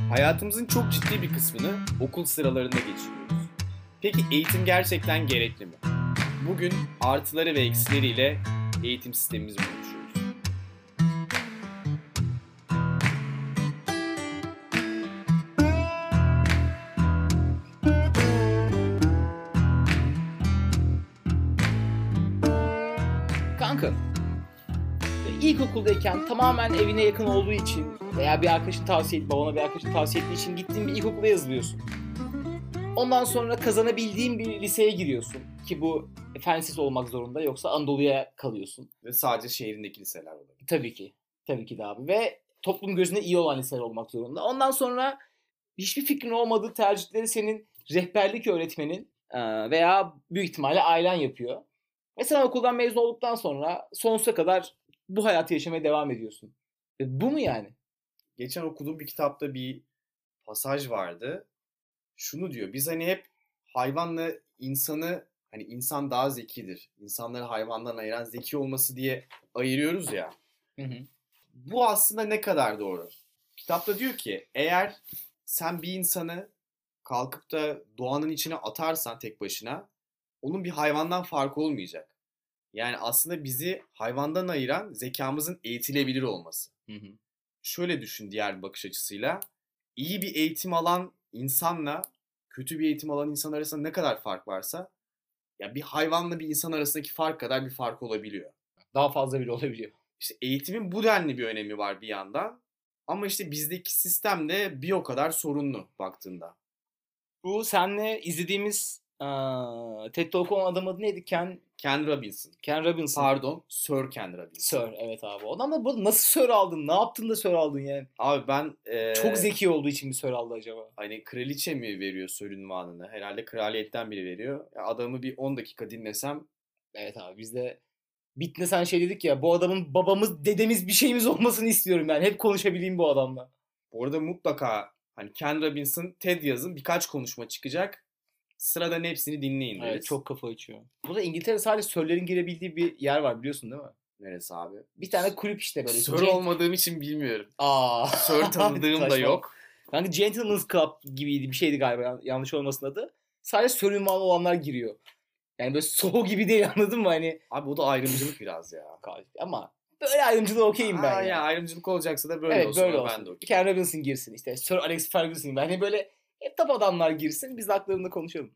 Hayatımızın çok ciddi bir kısmını okul sıralarında geçiriyoruz. Peki eğitim gerçekten gerekli mi? Bugün artıları ve eksileriyle eğitim sistemimizi konuşuyoruz. Kanka, ilkokuldayken tamamen evine yakın olduğu için veya bir arkadaşın tavsiye etti, babana bir arkadaşın tavsiye ettiği için gittiğin bir ilkokula yazılıyorsun. Ondan sonra kazanabildiğin bir liseye giriyorsun. Ki bu fen lisesi olmak zorunda, yoksa Anadolu'ya kalıyorsun. Ve sadece şehrindeki liseler olabilir. Tabii ki. Tabii ki de abi. Ve toplum gözünde iyi olan liseler olmak zorunda. Ondan sonra hiçbir fikrin olmadığı tercihleri senin rehberlik öğretmenin veya büyük ihtimalle ailen yapıyor. Ve sen okuldan mezun olduktan sonra sonsuza kadar bu hayatı yaşamaya devam ediyorsun. Bu mu yani? Geçen okuduğum bir kitapta bir pasaj vardı. Şunu diyor, biz hani hep hayvanla insanı, hani insan daha zekidir, İnsanları hayvandan ayıran zeki olması diye ayırıyoruz ya. Hı hı. Bu aslında ne kadar doğru? Kitapta diyor ki eğer sen bir insanı kalkıp da doğanın içine atarsan tek başına onun bir hayvandan farkı olmayacak. Yani aslında bizi hayvandan ayıran zekamızın eğitilebilir olması. Hı hı. Şöyle düşün diğer bir bakış açısıyla. İyi bir eğitim alan insanla kötü bir eğitim alan insan arasında ne kadar fark varsa ya bir hayvanla bir insan arasındaki fark kadar bir fark olabiliyor. Daha fazla bile olabiliyor. İşte eğitimin bu denli bir önemi var bir yandan. Ama işte bizdeki sistem de bir o kadar sorunlu baktığında. Bu seninle izlediğimiz TED Talk olan adam adı neydi? Ken Robinson. Ken Robinson. Pardon, Sir Ken Robinson. Sir, evet abi. O adam da bu nasıl Sir aldın? Ne yaptın da Sir aldın yani? Abi ben... Çok zeki olduğu için mi Sir aldı acaba? Hani kraliçe mi veriyor Sir ünvanını? Herhalde kraliyetten biri veriyor. Ya adamı bir 10 dakika dinlesem... Evet abi, biz de Bitne sen şey dedik ya, bu adamın babamız dedemiz bir şeyimiz olmasını istiyorum yani. Hep konuşabileyim bu adamla. Bu arada mutlaka hani Ken Robinson TED yazın, birkaç konuşma çıkacak. Sıradan hepsini dinleyin deriz. Evet, çok kafa açıyor. Burada İngiltere sadece Sir'lerin girebildiği bir yer var, biliyorsun değil mi? Neresi abi? Bir tane kulüp işte böyle. Sir olmadığım için bilmiyorum. Aa. Sir tanıdığım da yok. Yani Gentleman's Club gibiydi bir şeydi galiba, yanlış olmasın adı. Sadece Sir ünvanı olanlar giriyor. Yani böyle Soho gibi değil, anladın mı hani? Abi o da ayrımcılık biraz ya. Ama böyle ayrımcılığa okeyim ben ya. Ayrımcılık olacaksa da böyle evet, olsun. böyle Ben olsun. de okeyim. Ken Robinson girsin, işte Sir Alex Ferguson gibi. Hani böyle hep top adamlar girsin, biz de haklarında konuşalım.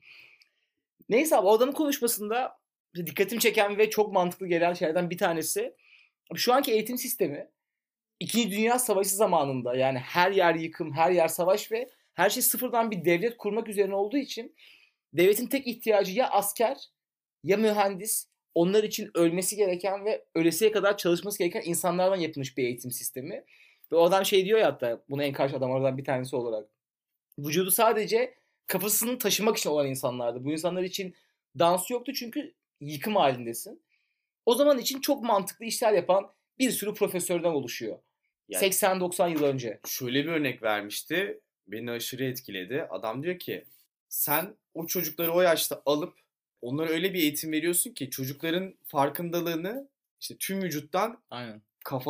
Neyse abi, o adamın konuşmasında dikkatimi çeken ve çok mantıklı gelen şeylerden bir tanesi, şu anki eğitim sistemi İkinci Dünya Savaşı zamanında, yani her yer yıkım, her yer savaş ve her şey sıfırdan bir devlet kurmak üzerine olduğu için devletin tek ihtiyacı ya asker ya mühendis, onlar için ölmesi gereken ve ölesiye kadar çalışması gereken insanlardan yapılmış bir eğitim sistemi. Ve o adam şey diyor ya, hatta bunu en karşı adamlardan bir tanesi olarak, vücudu sadece kafasını taşımak için olan insanlardı. Bu insanlar için dans yoktu çünkü yıkım halindesin. O zaman için çok mantıklı işler yapan bir sürü profesörden oluşuyor. Yani 80-90 yıl önce. Şöyle bir örnek vermişti. Beni aşırı etkiledi. Adam diyor ki sen o çocukları o yaşta alıp onlara öyle bir eğitim veriyorsun ki çocukların farkındalığını işte tüm vücuttan aynen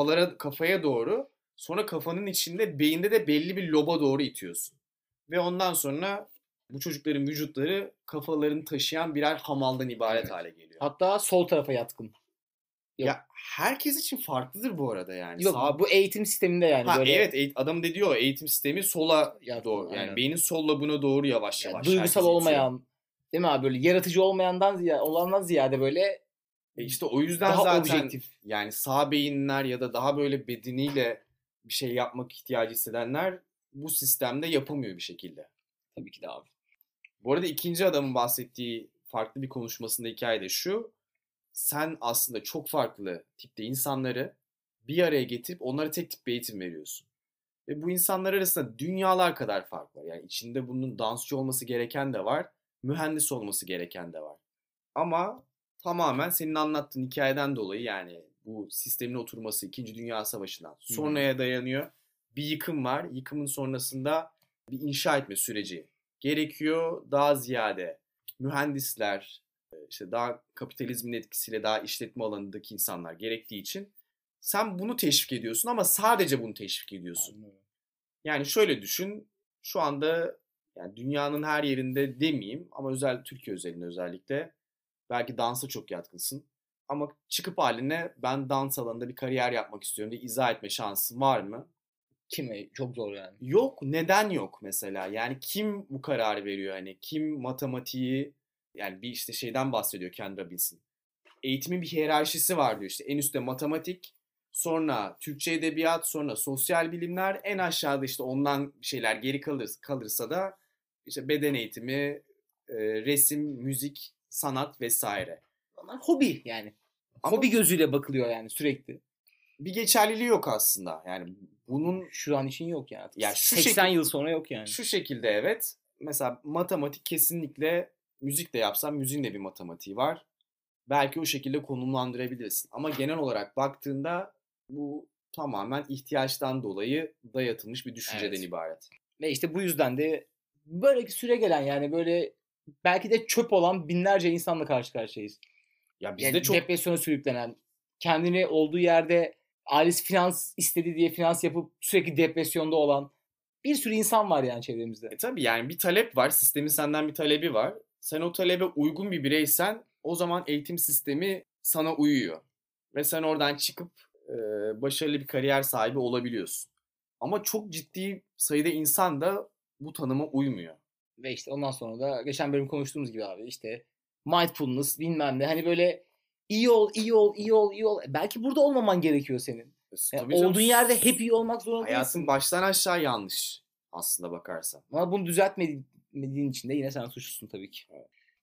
kafaya doğru, sonra kafanın içinde beyinde de belli bir loba doğru itiyorsun. Ve ondan sonra bu çocukların vücutları kafalarını taşıyan birer hamaldan ibaret hale geliyor. Hatta sol tarafa yatkın. Yok. Ya herkes için farklıdır bu arada yani. Yok, bu eğitim sisteminde yani. Böyle... Evet, adam dediği o, eğitim sistemi sola doğru. Yani aynen. Beynin sol lobuna doğru yavaş yavaş. Duygusal olmayan, değil mi abi, böyle yaratıcı olandan ziyade böyle işte o yüzden daha zaten objektif. Yani sağ beyinler ya da daha böyle bedeniyle bir şey yapmak ihtiyacı hissedenler bu sistemde yapamıyor bir şekilde. Tabii ki de abi. Bu arada ikinci adamın bahsettiği farklı bir konuşmasında hikaye de şu. Sen aslında çok farklı tipte insanları bir araya getirip onlara tek tip bir eğitim veriyorsun. Ve bu insanlar arasında dünyalar kadar fark var. Yani içinde bunun dansçı olması gereken de var, mühendis olması gereken de var. Ama tamamen senin anlattığın hikayeden dolayı, yani bu sistemin oturması 2. Dünya Savaşı'ndan sonraya dayanıyor. Bir yıkım var. Yıkımın sonrasında bir inşa etme süreci gerekiyor. Daha ziyade mühendisler, işte daha kapitalizmin etkisiyle daha işletme alanındaki insanlar gerektiği için sen bunu teşvik ediyorsun ama sadece bunu teşvik ediyorsun. Yani şöyle düşün, Şu anda yani dünyanın her yerinde demeyeyim ama Türkiye özelinde özellikle belki dansa çok yatkınsın. Ama çıkıp haline ben dans alanında bir kariyer yapmak istiyorum diye izah etme şansın var mı? Kime? Çok zor yani. Yok. Neden yok mesela? Yani kim bu kararı veriyor? Hani kim matematiği yani bir işte şeyden bahsediyor Ken Robinson. Eğitimin bir hiyerarşisi var diyor işte. En üstte matematik, sonra Türkçe edebiyat, sonra sosyal bilimler, en aşağıda işte ondan bir şeyler geri kalırsa da işte beden eğitimi, resim, müzik, sanat vesaire. Onlar hobi yani. Ama Hobi gözüyle bakılıyor yani sürekli. bir geçerliliği yok aslında. Yani bunun Şu an için yok yani. ya 80 yıl sonra yok yani. şu şekilde evet. Mesela matematik kesinlikle müzik de yapsam müziğin de bir matematiği var. Belki o şekilde konumlandırabilirsin. Ama genel olarak baktığında bu tamamen ihtiyaçtan dolayı dayatılmış bir düşünceden Evet. ibaret. Ve işte bu yüzden de böyle süre gelen yani böyle belki de çöp olan binlerce insanla karşı karşıyayız. Ya bizde Yani çok depresyona sürüklenen, kendini olduğu yerde ailesi finans istedi diye finans yapıp sürekli depresyonda olan bir sürü insan var yani çevremizde. tabii yani bir talep var. Sistemin senden bir talebi var. Sen o talebe uygun bir bireysen o zaman eğitim sistemi sana uyuyor. Ve sen oradan çıkıp başarılı bir kariyer sahibi olabiliyorsun. Ama çok ciddi sayıda insan da bu tanıma uymuyor. Ve işte ondan sonra da geçen bölüm konuştuğumuz gibi abi işte mindfulness bilmem ne hani böyle iyi ol, iyi ol, iyi ol, iyi ol. Belki burada olmaman gerekiyor senin. Yani Tabii canım, olduğun yerde hep iyi olmak zorunda hayatın değilsin. baştan aşağı yanlış aslında bakarsan. Ama bunu düzeltmediğin için de yine sen suçlusun tabii ki.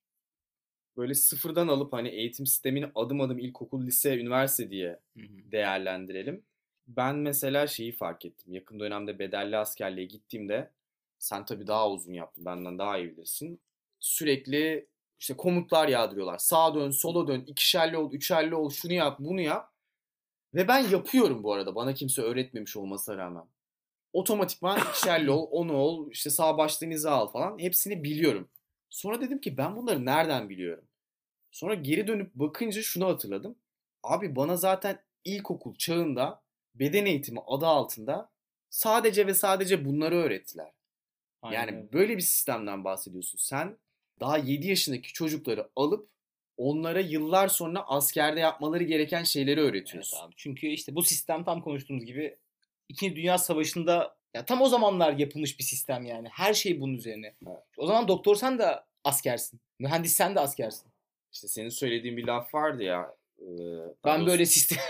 Böyle sıfırdan alıp hani eğitim sistemini adım adım ilkokul, lise, üniversite diye Hı hı. değerlendirelim. Ben mesela şeyi fark ettim. Yakın dönemde bedelli askerliğe gittiğimde sen tabii daha uzun yaptın, benden daha iyi bilirsin. Sürekli işte komutlar yağdırıyorlar. Sağa dön, sola dön, ikişerli ol, üçerli ol, şunu yap, bunu yap. Ve ben yapıyorum bu arada. Bana kimse öğretmemiş olmasına rağmen. Otomatikman ikişerli ol, onu ol, işte sağ başlığın hiza al falan. Hepsini biliyorum. Sonra dedim ki ben bunları nereden biliyorum? Sonra geri dönüp bakınca şunu hatırladım. Abi bana zaten ilkokul çağında beden eğitimi adı altında sadece ve sadece bunları öğrettiler. Aynen Yani öyle. böyle bir sistemden bahsediyorsun. Sen daha 7 yaşındaki çocukları alıp onlara yıllar sonra askerde yapmaları gereken şeyleri Evet öğretiyorsun. abi. Çünkü işte bu sistem tam konuştuğumuz gibi İkinci Dünya Savaşı'nda ya tam o zamanlar yapılmış bir sistem yani. Her şey bunun üzerine. Evet. O zaman doktor sen de askersin. Mühendis sen de askersin. İşte senin söylediğin bir laf vardı ya. Ben böyle sistem...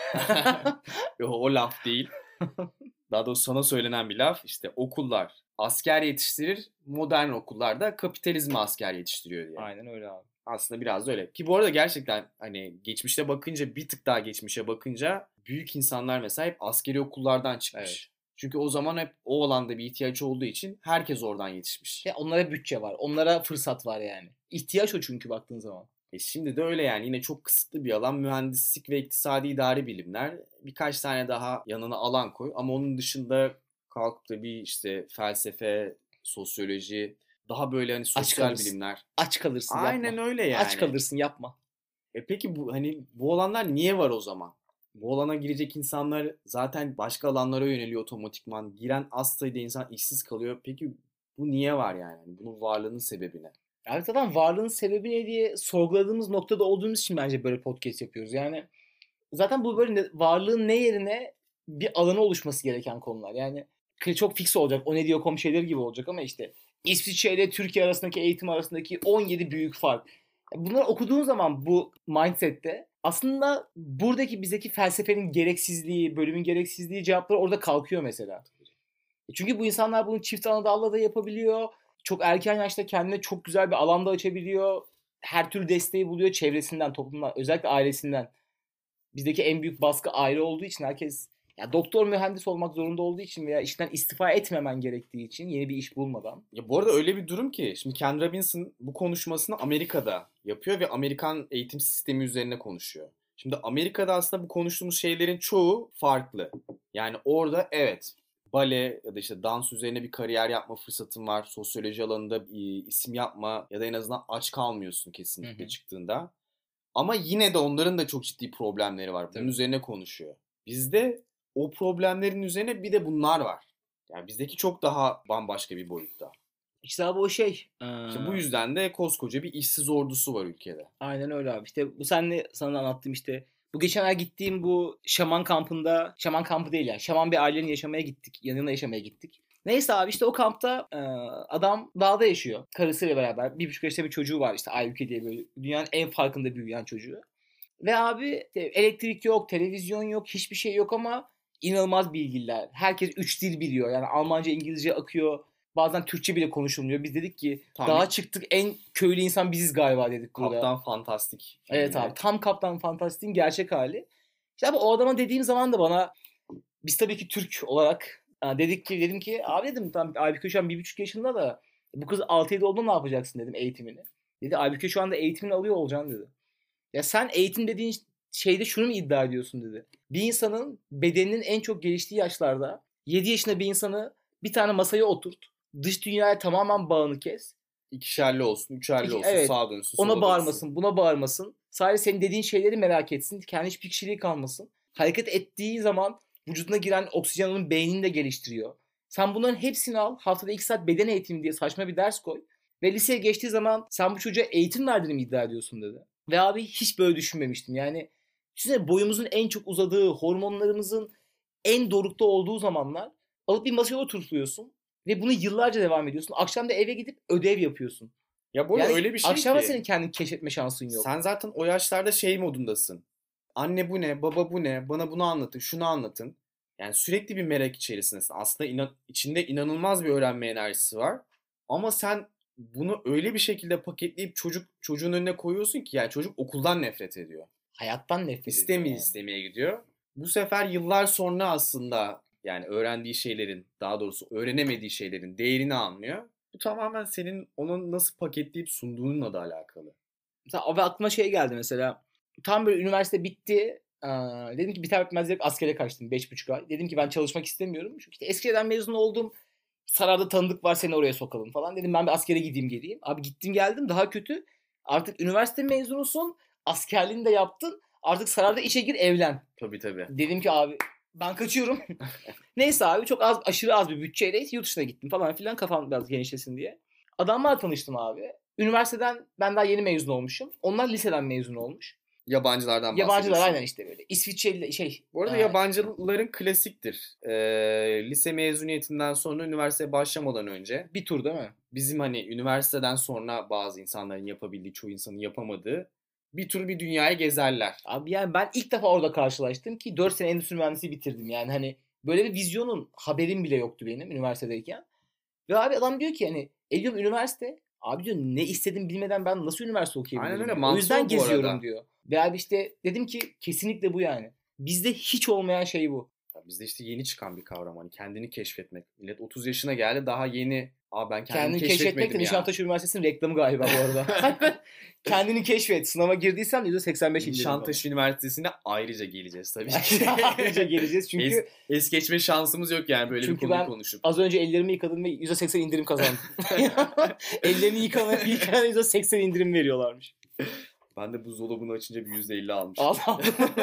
Yok, o laf değil. Daha doğrusu sana söylenen bir laf. İşte okullar asker yetiştirir, modern okullar da kapitalizmi asker yetiştiriyor diye. Aynen öyle abi. Aslında biraz da öyle. Ki bu arada gerçekten hani geçmişte bakınca, bir tık daha geçmişe bakınca büyük insanlar mesela hep askeri okullardan çıkmış. Evet. Çünkü o zaman hep o alanda bir ihtiyaç olduğu için herkes oradan yetişmiş. Ya onlara bütçe var. Onlara fırsat var yani. İhtiyaç o çünkü baktığın zaman. Şimdi de öyle yani, yine çok kısıtlı bir alan mühendislik ve iktisadi idari bilimler. Birkaç tane daha yanına alan koy ama onun dışında kalkıp da bir işte felsefe, sosyoloji, daha böyle hani Aç sosyal kalırsın. bilimler. Aç kalırsın Aynen yapma. öyle yani. Aç kalırsın yapma. Peki bu hani bu alanlar niye var o zaman? Bu alana girecek insanlar zaten başka alanlara yöneliyor otomatikman. Giren az sayıda insan işsiz kalıyor. Peki bu niye var yani? Bunun varlığının sebebi ne? Abi zaten varlığın sebebi ne diye sorguladığımız noktada olduğumuz için bence böyle podcast yapıyoruz. Yani zaten bu böyle varlığın ne yerine bir alanı oluşması gereken konular. Yani çok fix olacak. O ne diyor kom şeyleri gibi olacak ama işte İsviçre ile Türkiye arasındaki eğitim arasındaki 17 büyük fark. Bunları okuduğun zaman bu mindsette aslında buradaki bizdeki felsefenin gereksizliği, bölümün gereksizliği cevapları orada kalkıyor mesela. Çünkü bu insanlar bunu çift anadalla da yapabiliyor. Çok erken yaşta kendine çok güzel bir alanda açabiliyor. Her türlü desteği buluyor çevresinden, toplumdan, özellikle ailesinden. Bizdeki en büyük baskı aile olduğu için herkes ya doktor mühendis olmak zorunda olduğu için veya işten istifa etmemen gerektiği için yeni bir iş bulmadan. Ya bu arada öyle bir durum ki şimdi Ken Robinson bu konuşmasını Amerika'da yapıyor ve Amerikan eğitim sistemi üzerine konuşuyor. Şimdi Amerika'da aslında bu konuştuğumuz şeylerin çoğu farklı. Yani orada evet bale ya da işte dans üzerine bir kariyer yapma fırsatın var. Sosyoloji alanında isim yapma ya da en azından aç kalmıyorsun kesinlikle çıktığında. Ama yine de onların da çok ciddi problemleri var. Bunun Tabii. üzerine konuşuyor. Bizde o problemlerin üzerine bir de bunlar var. Yani bizdeki çok daha bambaşka bir boyutta. İşte abi o şey. İşte bu yüzden de koskoca bir işsiz ordusu var ülkede. Aynen öyle abi. İşte bu senle sana anlattığım işte. Bu geçen ay gittiğim bu şaman kampında, şaman kampı değil yani. Şaman bir ailenin yaşamaya gittik. Yanına yaşamaya gittik. Neyse abi işte o kampta adam dağda yaşıyor. Karısıyla beraber. 1,5 yaşında bir çocuğu var işte Aybüke diye böyle. Dünyanın en farkında büyüyen çocuğu. Ve abi işte elektrik yok, televizyon yok, hiçbir şey yok ama inanılmaz bilgiler. Herkes 3 dil biliyor. Yani Almanca, İngilizce akıyor. Bazen Türkçe bile konuşulmuyor. Biz dedik ki dağa çıktık, en köylü insan biziz galiba dedik burada. Kaptan Fantastik. Evet abi, tam Kaptan Fantastik'in gerçek hali. İşte abi o adama dediğim zaman da bana, biz tabii ki Türk olarak dedim ki abi dedim tam Aybüke şu an 1,5 yaşında da bu kız 6-7 olduğunda ne yapacaksın dedim eğitimini. Dedi Aybüke şu anda eğitimini alıyor olacaksın dedi. Ya sen eğitim dediğin şeyde şunu mu iddia ediyorsun dedi. Bir insanın bedeninin en çok geliştiği yaşlarda 7 yaşında bir insanı bir tane masaya oturt. Dış dünyaya tamamen bağını kes. İkişerli olsun, üçerli olsun, evet, sağa dönsün, ona sola bağırmasın, dönsün. buna bağırmasın. Sadece senin dediğin şeyleri merak etsin. Kendi hiçbir kişiliği kalmasın. Hareket ettiği zaman vücuduna giren oksijen onun beynini de geliştiriyor. Sen bunların hepsini al. Haftada 2 saat beden eğitimi diye saçma bir ders koy. Ve liseye geçtiği zaman sen bu çocuğa eğitim verdiğini mi iddia ediyorsun dedi. Ve abi hiç böyle düşünmemiştim. Yani düşünsene, boyumuzun en çok uzadığı, hormonlarımızın en dorukta olduğu zamanlar alıp bir masaya oturtuyorsun. Ve bunu yıllarca devam ediyorsun. Akşam da eve gidip ödev yapıyorsun. Ya bu arada Yani öyle bir şey akşama ki senin kendini keşfetme şansın yok. sen zaten o yaşlarda şey modundasın. Anne bu ne, baba bu ne, bana bunu anlatın, şunu anlatın. Yani sürekli bir merak içerisindesin. Aslında içinde inanılmaz bir öğrenme enerjisi var. Ama sen bunu öyle bir şekilde paketleyip çocuğun önüne koyuyorsun ki yani çocuk okuldan nefret ediyor. Hayattan nefret ediyor. İstemeye gidiyor. Bu sefer yıllar sonra aslında yani öğrendiği şeylerin, daha doğrusu öğrenemediği şeylerin değerini anlıyor. Bu tamamen senin onu nasıl paketleyip sunduğunla da alakalı. Mesela abi aklıma şey geldi mesela. Tam böyle üniversite bitti. Dedim ki biter bitmez direkt askere kaçtım 5,5 ay. Dedim ki ben çalışmak istemiyorum. Çünkü işte Eskişehir'den mezun oldum. Sarayda tanıdık var, seni oraya sokalım falan. Dedim ben bir askere gideyim geleyim. Abi gittim geldim, daha kötü. Artık üniversite mezunusun. Askerliğini de yaptın. Artık sarayda işe gir, evlen. Tabii tabii. Dedim ki abi ben kaçıyorum. Neyse abi çok az, aşırı az bir bütçeyle yurt dışına gittim falan filan, kafam biraz genişlesin diye. Adamlarla tanıştım abi. Üniversiteden ben daha yeni mezun olmuşum. Onlar liseden mezun olmuş. Yabancılardan Yabancılar bahsediyorsun. aynen işte böyle. İsviçreli şey. Bu arada yabancıların klasiktir. Lise mezuniyetinden sonra üniversiteye başlamadan önce Bir tur değil mi? bizim hani üniversiteden sonra bazı insanların yapabildiği, çoğu insanın yapamadığı bir tur bir dünyayı gezerler. Abi yani ben ilk defa orada karşılaştım ki 4 sene endüstri mühendisliği bitirdim. Yani hani böyle bir vizyonun haberim bile yoktu benim üniversitedeyken. Ve abi adam diyor ki hani diyorum üniversite. Abi diyor ne istediğimi bilmeden ben nasıl üniversite okuyabilirim? Aynen öyle, O yüzden mantığı bu geziyorum arada. diyor. Ve abi işte dedim ki kesinlikle bu yani. Bizde hiç olmayan şey bu. Ya bizde işte yeni çıkan bir kavram hani kendini keşfetmek. Millet 30 yaşına geldi daha yeni. Ben kendimi Keşfetmek de keşfetmedim ya. Nişantaşı Üniversitesi'nin reklamı galiba bu arada. Kendini keşfet. Sınava girdiysen %85 indirim. Nişantaşı Üniversitesi'ne ayrıca geleceğiz tabii ki. Ayrıca geleceğiz çünkü es geçme şansımız yok yani böyle bir konuyu konuşup. Az önce ellerimi yıkadım ve %80 indirim kazandım. Ellerini yıkayan %80 indirim veriyorlarmış. Ben de buzdolabını açınca bir %50 almışım. Allah.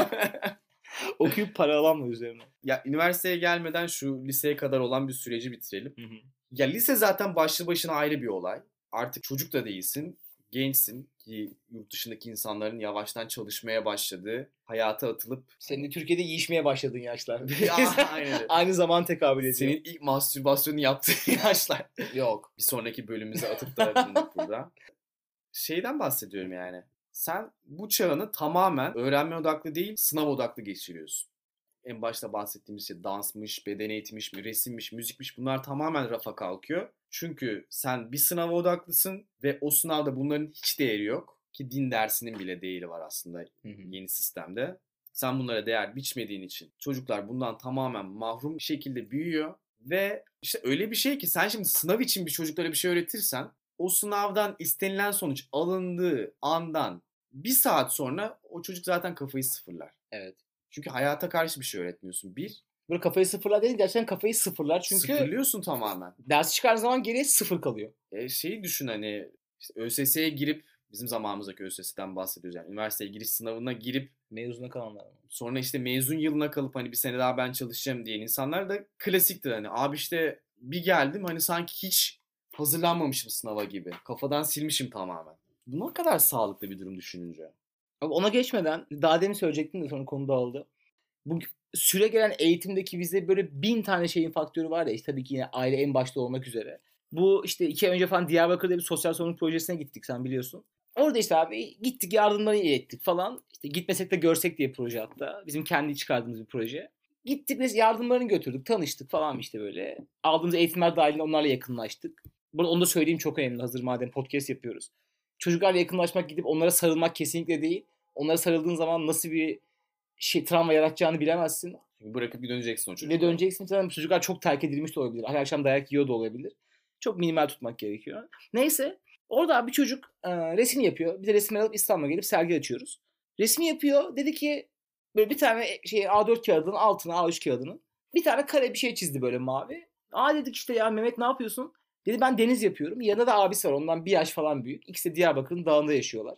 Okuyup para alanma üzerine. Ya üniversiteye gelmeden şu liseye kadar olan bir süreci bitirelim. Hı hı. Ya lise zaten başlı başına ayrı bir olay. Artık çocuk da değilsin, gençsin ki yurt dışındaki insanların yavaştan çalışmaya başladığı, hayata atılıp... Senin de Türkiye'de yiyişmeye başladığın yaşlar. Aynen. Aynı zaman tekabül ediyor. Senin ilk mastürbasyonu yaptığın yaşlar. Yok. Bir sonraki bölümümüze atıp da bulunduk burada. Şeyden bahsediyorum yani. Sen bu çağını tamamen öğrenme odaklı değil, sınav odaklı geçiriyorsun. En başta bahsettiğimiz şey dansmış, beden eğitimmiş, resimmiş, müzikmiş, bunlar tamamen rafa kalkıyor. Çünkü sen bir sınava odaklısın ve o sınavda bunların hiç değeri yok. Ki din dersinin bile değeri var aslında yeni sistemde. Sen bunlara değer biçmediğin için çocuklar bundan tamamen mahrum bir şekilde büyüyor. Ve işte öyle bir şey ki sen şimdi sınav için bir çocuklara bir şey öğretirsen o sınavdan istenilen sonuç alındığı andan bir saat sonra o çocuk zaten kafayı sıfırlar. Evet. Çünkü hayata karşı bir şey öğretmiyorsun. Böyle kafayı sıfırlar değil, gerçekten kafayı sıfırlar. Çünkü sıfırlıyorsun tamamen. ders çıkar zaman geriye sıfır kalıyor. Şeyi düşün hani işte ÖSS'ye girip Bizim zamanımızdaki ÖSS'den bahsediyoruz. Yani üniversiteye giriş sınavına girip Mezuna kalanlar. sonra işte mezun yılına kalıp hani bir sene daha ben çalışacağım diyen insanlar da klasiktir. Hani abi işte bir geldim hani sanki hiç hazırlanmamışım sınava gibi. Kafadan silmişim tamamen. Bu ne kadar sağlıklı bir durum düşününce. Abi ona geçmeden daha demin söyleyecektim de sonra konu dağıldı. Bu süre gelen eğitimdeki vize böyle 1000 tane şeyin faktörü var ya, işte tabii ki yine aile en başta olmak üzere. Bu işte 2 ay önce falan Diyarbakır'da bir sosyal sorumluluk projesine gittik, sen biliyorsun. Orada işte abi gittik, yardımları ilettik falan. İşte gitmesek de görsek diye proje hatta. Bizim kendi çıkardığımız bir proje. Gittik biz, yardımlarını götürdük, tanıştık falan işte böyle. Aldığımız eğitimler dahilinde onlarla yakınlaştık. Burada onu da söyleyeyim, çok önemli hazır madem podcast yapıyoruz. Çocuklarla yakınlaşmak, gidip onlara sarılmak kesinlikle değil. Onlara sarıldığın zaman nasıl bir travma yaratacağını bilemezsin. Çünkü bırakıp bir döneceksin o Ve çocuklara. döneceksin. Zaten çocuklar çok terk edilmiş de olabilir. Her akşam dayak yiyor da olabilir. Çok minimal tutmak gerekiyor. Neyse. Orada bir çocuk resim yapıyor. Bir de resimleri alıp İstanbul'a gelip sergi açıyoruz. Resmi yapıyor. Dedi ki böyle bir tane A4 kağıdının altına, A3 kağıdının bir tane kare bir şey çizdi böyle mavi. Aa dedik işte, ya Mehmet ne yapıyorsun? Dedi ben deniz yapıyorum. Yanında da abisi var. Ondan bir yaş falan büyük. İkisi de Diyarbakır'ın dağında yaşıyorlar.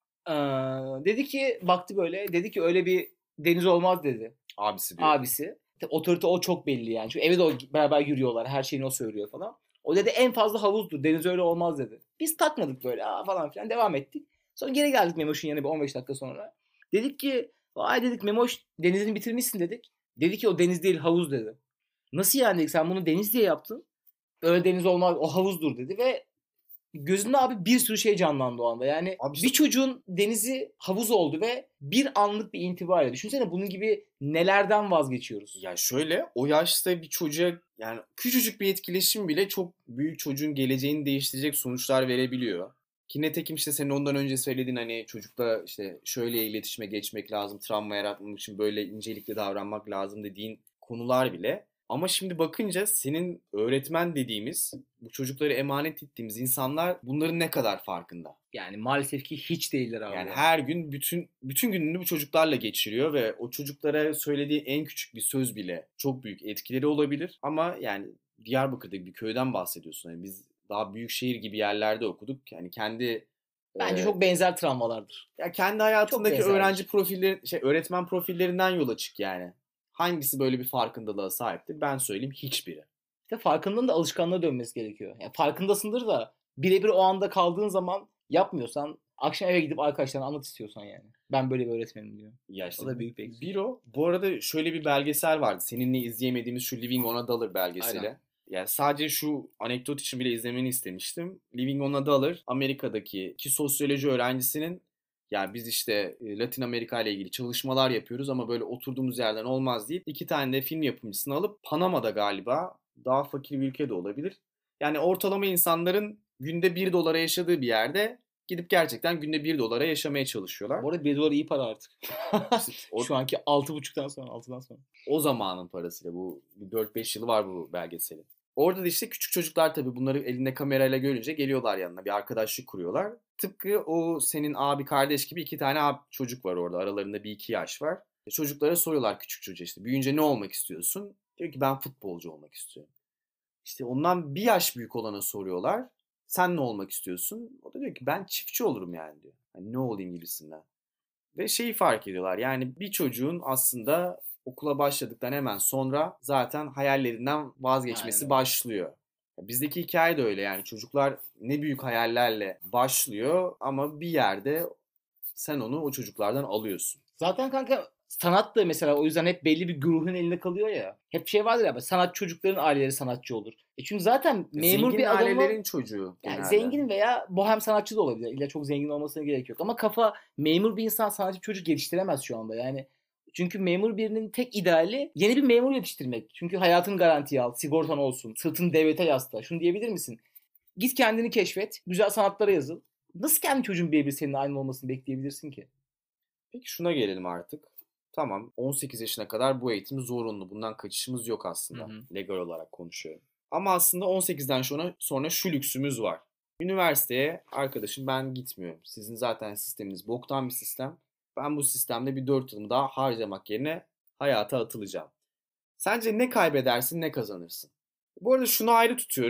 Dedi ki, baktı böyle. Dedi ki öyle bir deniz olmaz dedi. Abisi diyor. Abisi. Otorite o çok belli yani. Çünkü eve de beraber yürüyorlar. Her şeyini o söylüyor falan. O dedi en fazla havuzdur. Deniz öyle olmaz dedi. Biz takmadık böyle falan filan. Devam ettik. Sonra geri geldik Memoş'un yanına bir 15 dakika sonra. Dedik ki vay dedik Memoş, denizini bitirmişsin dedik. Dedi ki o deniz değil, havuz dedi. Nasıl yani dedik, sen bunu deniz diye yaptın. Öyle deniz olmaz, o havuzdur dedi ve gözünde abi bir sürü şey canlandı o anda. Yani Abi işte bir çocuğun denizi havuz oldu ve bir anlık bir intibayla. Düşünsene bunun gibi nelerden vazgeçiyoruz. ya şöyle o yaşta bir çocuğa yani küçücük bir etkileşim bile çok büyük çocuğun geleceğini değiştirecek sonuçlar verebiliyor. Ki nitekim işte senin ondan önce söylediğin hani çocukla işte şöyle iletişime geçmek lazım, travma yaratmamak için böyle incelikli davranmak lazım dediğin konular bile. Ama şimdi bakınca senin öğretmen dediğimiz, bu çocukları emanet ettiğimiz insanlar bunların ne kadar farkında? Yani maalesef ki hiç değiller abi. Yani her gün bütün gününü bu çocuklarla geçiriyor ve o çocuklara söylediği en küçük bir söz bile çok büyük etkileri olabilir. Ama yani Diyarbakır'da bir köyden bahsediyorsun. Yani biz daha büyük şehir gibi yerlerde okuduk. Yani kendi Bence e, çok benzer travmalardır. ya kendi Çok hayatındaki benzerdir. öğrenci profilleri öğretmen profillerinden yola çık yani. Hangisi böyle bir farkındalığa sahipti? Ben söyleyeyim, hiçbiri. İşte farkındalığın da alışkanlığa dönmesi gerekiyor. Yani farkındasındır da birebir o anda kaldığın zaman yapmıyorsan, akşam eve gidip arkadaşlarına anlat istiyorsan yani. Ben böyle bir öğretmenim diyor. Ya O işte da büyük bir eksik. bir o. Bu arada şöyle bir belgesel vardı. Seninle izleyemediğimiz şu Living on a Dollar belgeseli. Aynen. Yani sadece şu anekdot için bile izlemeni istemiştim. Living on a Dollar, Amerika'daki iki sosyoloji öğrencisinin, yani biz işte Latin Amerika ile ilgili çalışmalar yapıyoruz ama böyle oturduğumuz yerden olmaz deyip iki tane de film yapımcısını alıp Panama'da, galiba daha fakir bir ülke de olabilir. Yani ortalama insanların günde 1 dolara yaşadığı bir yerde gidip gerçekten günde 1 dolara yaşamaya çalışıyorlar. Bu arada 1 dolar iyi para artık. İşte o, Şu anki 6,5'tan sonra, 6'dan sonra. o zamanın parasıyla, bu 4-5 yılı var bu belgeselin. Orada da işte küçük çocuklar tabii bunları elinde kamerayla görünce geliyorlar yanına. Bir arkadaşlık kuruyorlar. Tıpkı o senin abi kardeş gibi iki tane çocuk var orada. Aralarında 1-2 yaş var. Çocuklara soruyorlar, küçük çocuğa işte büyüyünce ne olmak istiyorsun? Diyor ki ben futbolcu olmak istiyorum. İşte ondan bir yaş büyük olana soruyorlar. Sen ne olmak istiyorsun? O da diyor ki ben çiftçi olurum yani diyor. Hani ne olayım gibisinden. Ve şeyi fark ediyorlar. Yani bir çocuğun aslında okula başladıktan hemen sonra zaten hayallerinden vazgeçmesi Aynen. başlıyor. Bizdeki hikaye de öyle, yani çocuklar ne büyük hayallerle başlıyor ama bir yerde sen onu o çocuklardan alıyorsun. Zaten kanka sanat da mesela o yüzden hep belli bir grubun elinde kalıyor ya. Hep şey vardır ya, sanat çocukların aileleri sanatçı olur. Çünkü zaten memur Zengin bir adamın, ailelerin çocuğu yani genelde. zengin veya bohem sanatçı da olabilir. İlla çok zengin olmasına gerek yok. Ama kafa memur bir insan sanatçı çocuk yetiştiremez şu anda. Yani çünkü memur birinin tek ideali yeni bir memur yetiştirmek. Çünkü hayatını garantiye al, sigortan olsun, sırtını devlete yasla. Şunu diyebilir misin? Git kendini keşfet, güzel sanatlara yazıl. Nasıl kendi çocuğun birebir seninle aynı olmasını bekleyebilirsin ki? Peki şuna gelelim artık. Tamam, 18 yaşına kadar bu eğitim zorunlu. Bundan kaçışımız yok aslında. Hı hı. Legal olarak konuşuyorum. Ama aslında 18'den sonra şu lüksümüz var. Üniversiteye arkadaşım ben gitmiyorum. Sizin zaten sisteminiz boktan bir sistem. Ben bu sistemde bir 4 yılımı daha harcamak yerine hayata atılacağım. Sence ne kaybedersin, ne kazanırsın? Bu arada şunu ayrı tutuyorum.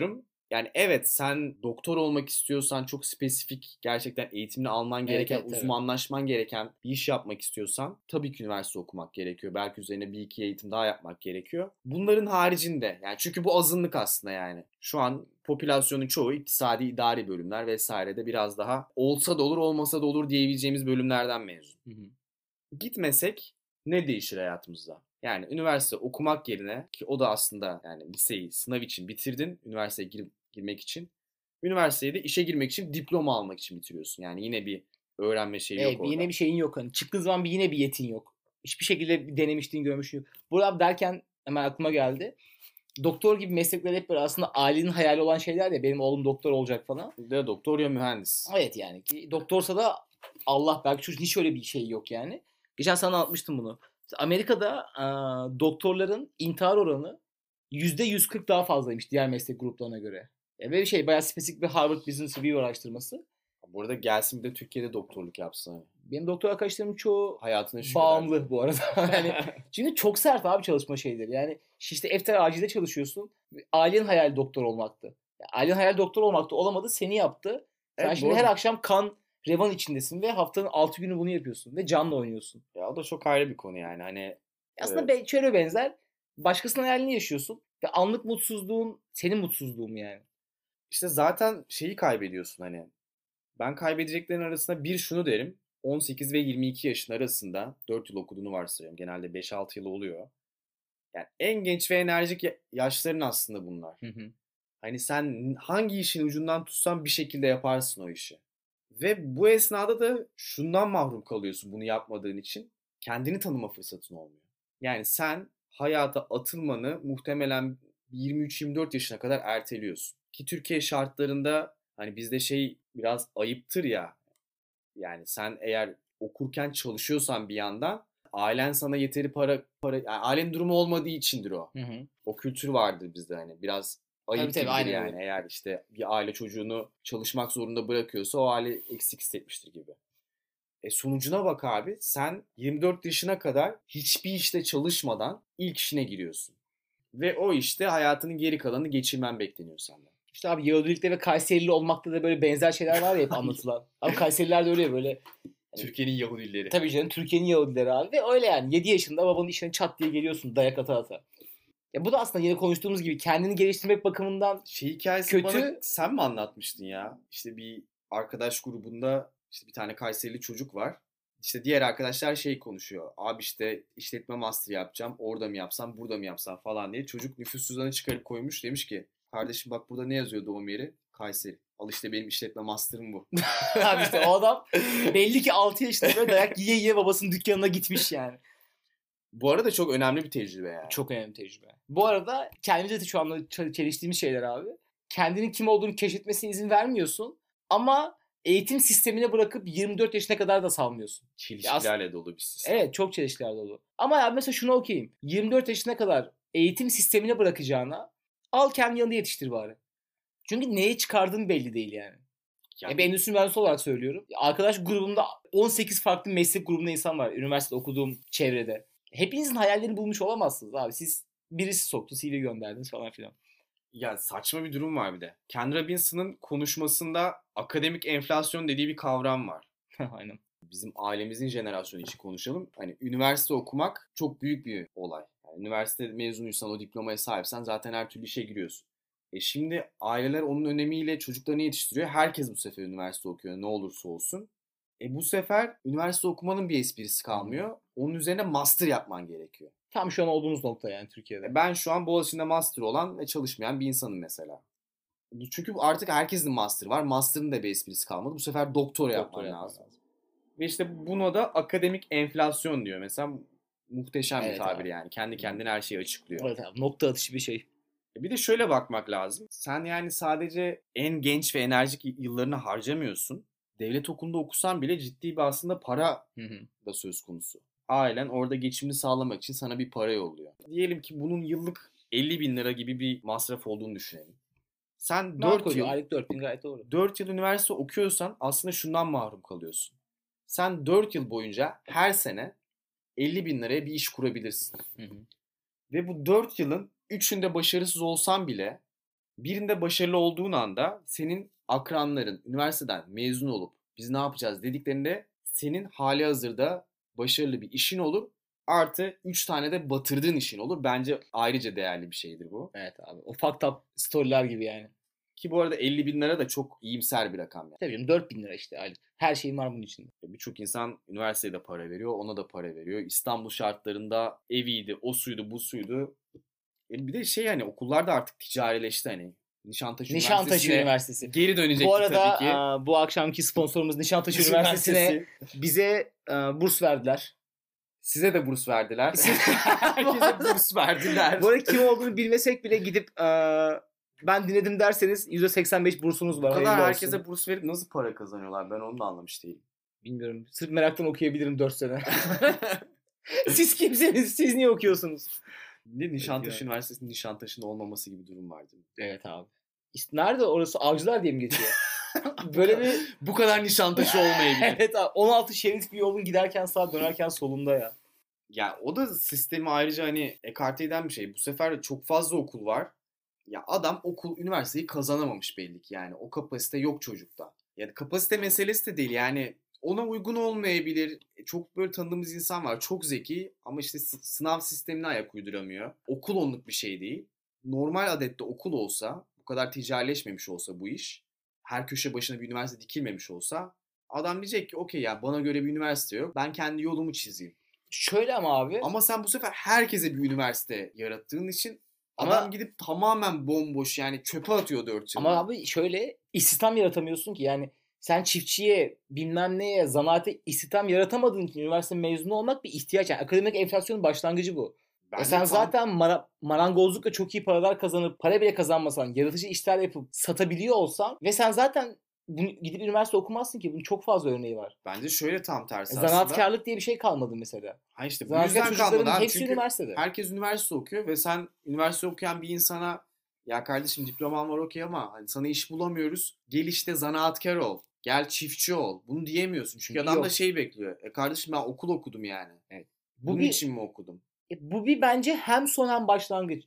Yani evet, sen doktor olmak istiyorsan, çok spesifik, gerçekten eğitimini alman gereken, evet, tabii. uzmanlaşman gereken bir iş yapmak istiyorsan tabii ki üniversite okumak gerekiyor. Belki üzerine bir iki eğitim daha yapmak gerekiyor. Bunların haricinde, yani çünkü bu azınlık aslında yani. Şu an popülasyonun çoğu iktisadi idari bölümler vesairede biraz daha olsa da olur olmasa da olur diyebileceğimiz bölümlerden mezun. Hı hı. Gitmesek ne değişir hayatımızda? Yani üniversite okumak yerine, ki o da aslında yani liseyi sınav için bitirdin, üniversiteye girmek için. Üniversiteye de işe girmek için, diploma almak için bitiriyorsun. Yani yine bir öğrenme şeyi yok Evet, yine orada. bir şeyin yok. Hani çıktığın zaman yine bir yetin yok. Hiçbir şekilde bir denemiştin, görmüştün yok. Burada abi derken hemen aklıma geldi. Doktor gibi meslekler hep böyle aslında ailenin hayali olan şeyler ya. Benim oğlum doktor olacak falan. Ya doktor ya mühendis. Evet yani ki doktorsa da Allah, belki çocuk hiç öyle bir şey yok yani. Geçen sana anlatmıştım bunu. Amerika'da doktorların intihar oranı %140 daha fazlaymış diğer meslek gruplarına göre. Ve bir şey bayağı spesifik bir Harvard Business Review araştırması. Bu arada gelsin bir de Türkiye'de doktorluk yapsın. Hani. Benim doktor arkadaşlarım çoğu Hayatına şükür. bağımlı bu arada. Yani çünkü çok sert abi çalışma şeyleri. Yani işte Efter acilde çalışıyorsun. Ailenin hayali doktor olmaktı. Yani ailenin hayali doktor olmaktı. Olamadı, seni yaptı. Sen Evet, şimdi bu her arada- akşam kan revan içindesin ve haftanın 6 günü bunu yapıyorsun ve canla oynuyorsun. Ya o da çok ayrı bir konu yani. Hani Aslında şöyle benzer. Başkasının hayalini yaşıyorsun ve anlık mutsuzluğun senin mutsuzluğun yani. işte zaten şeyi kaybediyorsun hani. Ben kaybedeceklerin arasında bir şunu derim. 18 ve 22 yaşın arasında 4 yıl okuduğunu varsayıyorum. Genelde 5-6 yıl oluyor. Yani en genç ve enerjik yaşların aslında bunlar. Hı hı. Hani sen hangi işin ucundan tutsan bir şekilde yaparsın o işi. Ve bu esnada da şundan mahrum kalıyorsun bunu yapmadığın için. Kendini tanıma fırsatın olmuyor. Yani sen hayata atılmanı muhtemelen 23-24 yaşına kadar erteliyorsun. Ki Türkiye şartlarında hani bizde şey biraz ayıptır ya. Yani sen eğer okurken çalışıyorsan bir yandan ailen sana yeteri para yani ailenin durumu olmadığı içindir o. Hı hı. O kültür vardır bizde hani biraz Tabii ayıp tabii, gibidir aynen yani. öyle. Eğer işte bir aile çocuğunu çalışmak zorunda bırakıyorsa o aile eksik hissetmiştir gibi. Sonucuna bak abi, sen 24 yaşına kadar hiçbir işte çalışmadan ilk işine giriyorsun. Ve o işte hayatının geri kalanını geçirmen bekleniyor senden. İşte abi Yahudilikte ve Kayserili olmakta da böyle benzer şeyler var ya hep anlatılan. Abi Kayseriler de öyle böyle. Hani, Türkiye'nin Yahudileri. tabii canım, Türkiye'nin Yahudileri abi. Ve öyle yani 7 yaşında babanın işine çat diye geliyorsun dayak ata ata. Ya bu da aslında yine konuştuğumuz gibi kendini geliştirmek bakımından Şey hikayesini bana kötü. sen mi anlatmıştın ya? İşte bir arkadaş grubunda işte bir tane Kayserili çocuk var. İşte diğer arkadaşlar şey konuşuyor. Abi işte işletme master yapacağım. Orada mı yapsam, burada mı yapsam falan diye. Çocuk nüfus cüzdanı çıkarıp koymuş. Demiş ki kardeşim bak burada ne yazıyor doğum yeri? Kayseri. Al işte benim işletme master'ım bu. Abi işte o adam belli ki 6 yaşında böyle dayak yiye yiye babasının dükkanına gitmiş yani. Bu arada çok önemli bir tecrübe yani. Çok önemli tecrübe. Bu arada kendimize de şu anda çeliştiğimiz şeyler abi. Kendinin kim olduğunu keşfetmesine izin vermiyorsun. Ama eğitim sistemine bırakıp 24 yaşına kadar da salmıyorsun. Çelişkilerle dolu bir sistem. Evet, çok çelişkiler dolu. Ama ya mesela şunu okuyayım. 24 yaşına kadar eğitim sistemine bırakacağına al kendi yanında yetiştir bari. Çünkü neye çıkardığın belli değil yani. Yani Ben endüstri mühendisi olarak söylüyorum. Arkadaş grubumda 18 farklı meslek grubunda insan var. Üniversitede okuduğum çevrede. Hepinizin hayallerini bulmuş olamazsınız abi. Siz birisi soktu, CV gönderdiniz falan filan. ya saçma bir durum var bir de. Ken Robinson'ın konuşmasında akademik enflasyon dediği bir kavram var. Aynen. Bizim ailemizin jenerasyonu için konuşalım. Hani üniversite okumak çok büyük bir olay. Yani üniversite mezunuysan, o diplomaya sahipsen zaten her türlü işe giriyorsun. Şimdi aileler onun önemiyle çocuklarını yetiştiriyor. Herkes bu sefer üniversite okuyor ne olursa olsun. Bu sefer üniversite okumanın bir esprisi kalmıyor. Onun üzerine master yapman gerekiyor. Tam şu an olduğumuz nokta yani Türkiye'de. Ben şu an Boğaziçi'nde master olan ve çalışmayan bir insanım mesela. Çünkü artık herkesin master var. Master'ın da bir esprisi kalmadı. Bu sefer doktora yapman lazım. Ve işte buna da akademik enflasyon diyor. Mesela muhteşem bir Evet tabir abi. yani. Kendi kendine her şeyi açıklıyor. Evet abi, nokta atışı bir şey. Bir de şöyle bakmak lazım. Sen yani sadece en genç ve enerjik yıllarını harcamıyorsun. Devlet okulunda okusan bile ciddi bir aslında para da söz konusu. Ailen orada geçimini sağlamak için sana bir para yolluyor. Diyelim ki bunun yıllık 50 bin lira gibi bir masraf olduğunu düşünelim. Sen 4 yıl, Aylık 4.000 gayet doğru. 4 yıl üniversite okuyorsan aslında şundan mahrum kalıyorsun. Sen 4 yıl boyunca her sene 50 bin liraya bir iş kurabilirsin. Ve bu 4 yılın 3'ünde başarısız olsan bile Birinde başarılı olduğun anda senin akranların üniversiteden mezun olup biz ne yapacağız dediklerinde senin hali hazırda başarılı bir işin olur. Artı 3 tane de batırdığın işin olur. Bence ayrıca değerli bir şeydir bu. Evet abi. O fucked up storyler gibi yani. Ki bu arada 50 bin lira da çok iyimser bir rakam yani. Tabii canım, 4.000 lira işte aylık. Her şeyim var bunun içinde. Birçok insan üniversitede para veriyor, ona da para veriyor. İstanbul şartlarında eviydi, o suydu, bu suydu. Bir de şey hani okullar da artık ticarileşti hani. Nişantaşı Üniversitesi. Geri dönecekti bu arada, tabii ki. Bu akşamki sponsorumuz Nişantaşı Üniversitesi'ne bize burs verdiler. Size de burs verdiler. Herkese burs verdiler. Bu arada kim olduğunu bilmesek bile gidip ben dinledim derseniz %85 bursunuz var. Bu kadar herkese burs verip nasıl para kazanıyorlar? Ben onu da anlamış değilim. Bilmiyorum. Sırf meraktan okuyabilirim 4 sene. Siz kimsiniz? Siz niye okuyorsunuz? Nişantaşı Üniversitesi'nin Nişantaşı'nda olmaması gibi durum var değil mi? Evet abi. Nerede orası? Avcılar diye mi geçiyor? Böyle bir... Bu kadar Nişantaşı olmayabilir. Evet abi. 16 şerit bir yolun giderken sağ dönerken solunda ya. Ya o da sistemi ayrıca hani ekarte eden bir şey. Bu sefer de çok fazla okul var. Ya adam üniversiteyi kazanamamış belli ki yani. O kapasite yok çocukta. Yani kapasite meselesi de değil yani. Ona uygun olmayabilir. Çok böyle tanıdığımız insan var. Çok zeki ama işte sınav sistemine ayak uyduramıyor. Okul onluk bir şey değil. Normal adette okul olsa, bu kadar ticarileşmemiş olsa bu iş, her köşe başına bir üniversite dikilmemiş olsa adam diyecek ki okey ya bana göre bir üniversite yok. Ben kendi yolumu çizeyim. Şöyle ama abi. Ama sen bu sefer herkese bir üniversite yarattığın için adam gidip tamamen bomboş yani çöpe atıyor 4 yıl. Ama abi şöyle istihdam yaratamıyorsun ki yani sen çiftçiye bilmem neye zanaate istihdam yaratamadığın için üniversite mezunu olmak bir ihtiyaç. Yani akademik enflasyonun başlangıcı bu. Sen zaten marangozlukla çok iyi paralar kazanıp para bile kazanmasan yaratıcı işler yapıp satabiliyor olsan ve sen zaten gidip üniversite okumazsın ki. Bunun çok fazla örneği var. Bence şöyle tam tersi aslında. Zanaatkarlık diye bir şey kalmadı mesela. Ha işte bu yüzden kalmadı abi. Çünkü üniversitede. Herkes üniversite okuyor ve sen üniversite okuyan bir insana ya kardeşim diploman var okey ama hani sana iş bulamıyoruz. Gel işte zanaatkar ol. Gel çiftçi ol. Bunu diyemiyorsun. Çünkü adam da şey bekliyor. Kardeşim ben okul okudum yani. Evet. Bunun için mi okudum? Bu bir bence hem son hem başlangıç.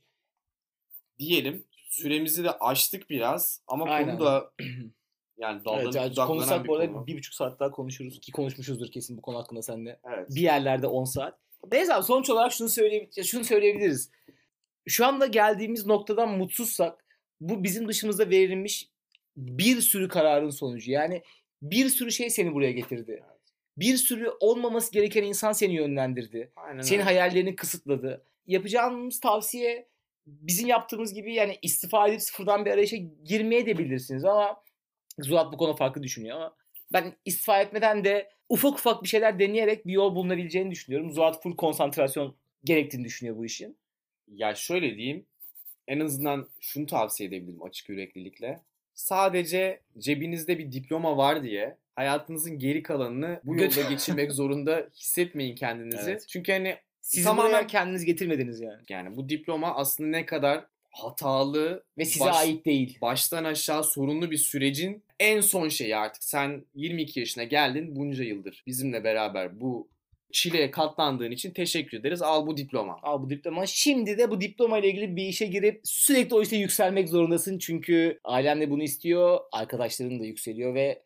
Diyelim. Süremizi de açtık biraz. Ama aynen. konu da yani dallanıp budaklanan konuşsak bir bu arada konu. 1,5 saat daha konuşuruz ki konuşmuşuzdur kesin bu konu hakkında seninle. Evet. Bir yerlerde 10 saat. Neyse abi sonuç olarak şunu söyleyebiliriz. Şu anda geldiğimiz noktadan mutsuzsak bu bizim dışımızda verilmiş bir sürü kararın sonucu. Yani bir sürü şey seni buraya getirdi. Evet. Bir sürü olmaması gereken insan seni yönlendirdi. Aynen senin öyle. hayallerini kısıtladı. Yapacağımız tavsiye bizim yaptığımız gibi yani istifa edip sıfırdan bir arayışa girmeye de bilirsiniz ama Zuhat bu konu farklı düşünüyor ama ben istifa etmeden de ufak ufak bir şeyler deneyerek bir yol bulunabileceğini düşünüyorum. Zuhat full konsantrasyon gerektiğini düşünüyor bu işin. Ya şöyle diyeyim, en azından şunu tavsiye edebilirim açık yüreklilikle. Sadece cebinizde bir diploma var diye hayatınızın geri kalanını bu yolda geçirmek zorunda hissetmeyin kendinizi. Evet. Çünkü hani siz tamamen kendiniz getirmediniz yani. Yani bu diploma aslında ne kadar hatalı ve size ait değil. Baştan aşağı sorunlu bir sürecin en son şeyi artık. Sen 22 yaşına geldin, bunca yıldır bizimle beraber bu çileye katlandığın için teşekkür ederiz. Al bu diploma. Al bu diploma. Şimdi de bu diploma ile ilgili bir işe girip sürekli o işte yükselmek zorundasın. Çünkü ailen de bunu istiyor. Arkadaşların da yükseliyor ve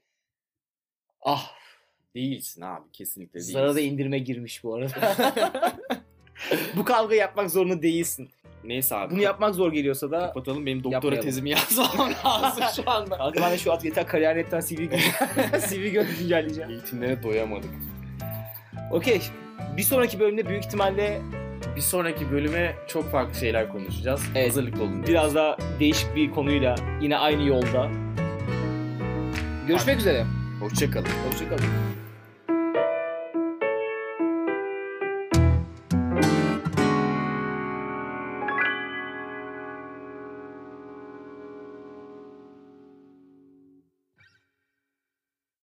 değilsin abi. Kesinlikle değilsin. Zara da indirme girmiş bu arada. Bu kavga yapmak zorunda değilsin. Neyse abi. Bunu yapmak zor geliyorsa da kapatalım. Benim doktora tezimi yazmam lazım şu anda. Kanka ben de şu yeter kariyer.net'ten CV güncelleyeceğim. Eğitimlere doyamadık. Okey. Bir sonraki bölümde büyük ihtimalle çok farklı şeyler konuşacağız. Evet. Hazırlıklı olun. Biraz daha değişik bir konuyla yine aynı yolda. Görüşmek üzere. Hoşça kalın. Hoşça kalın.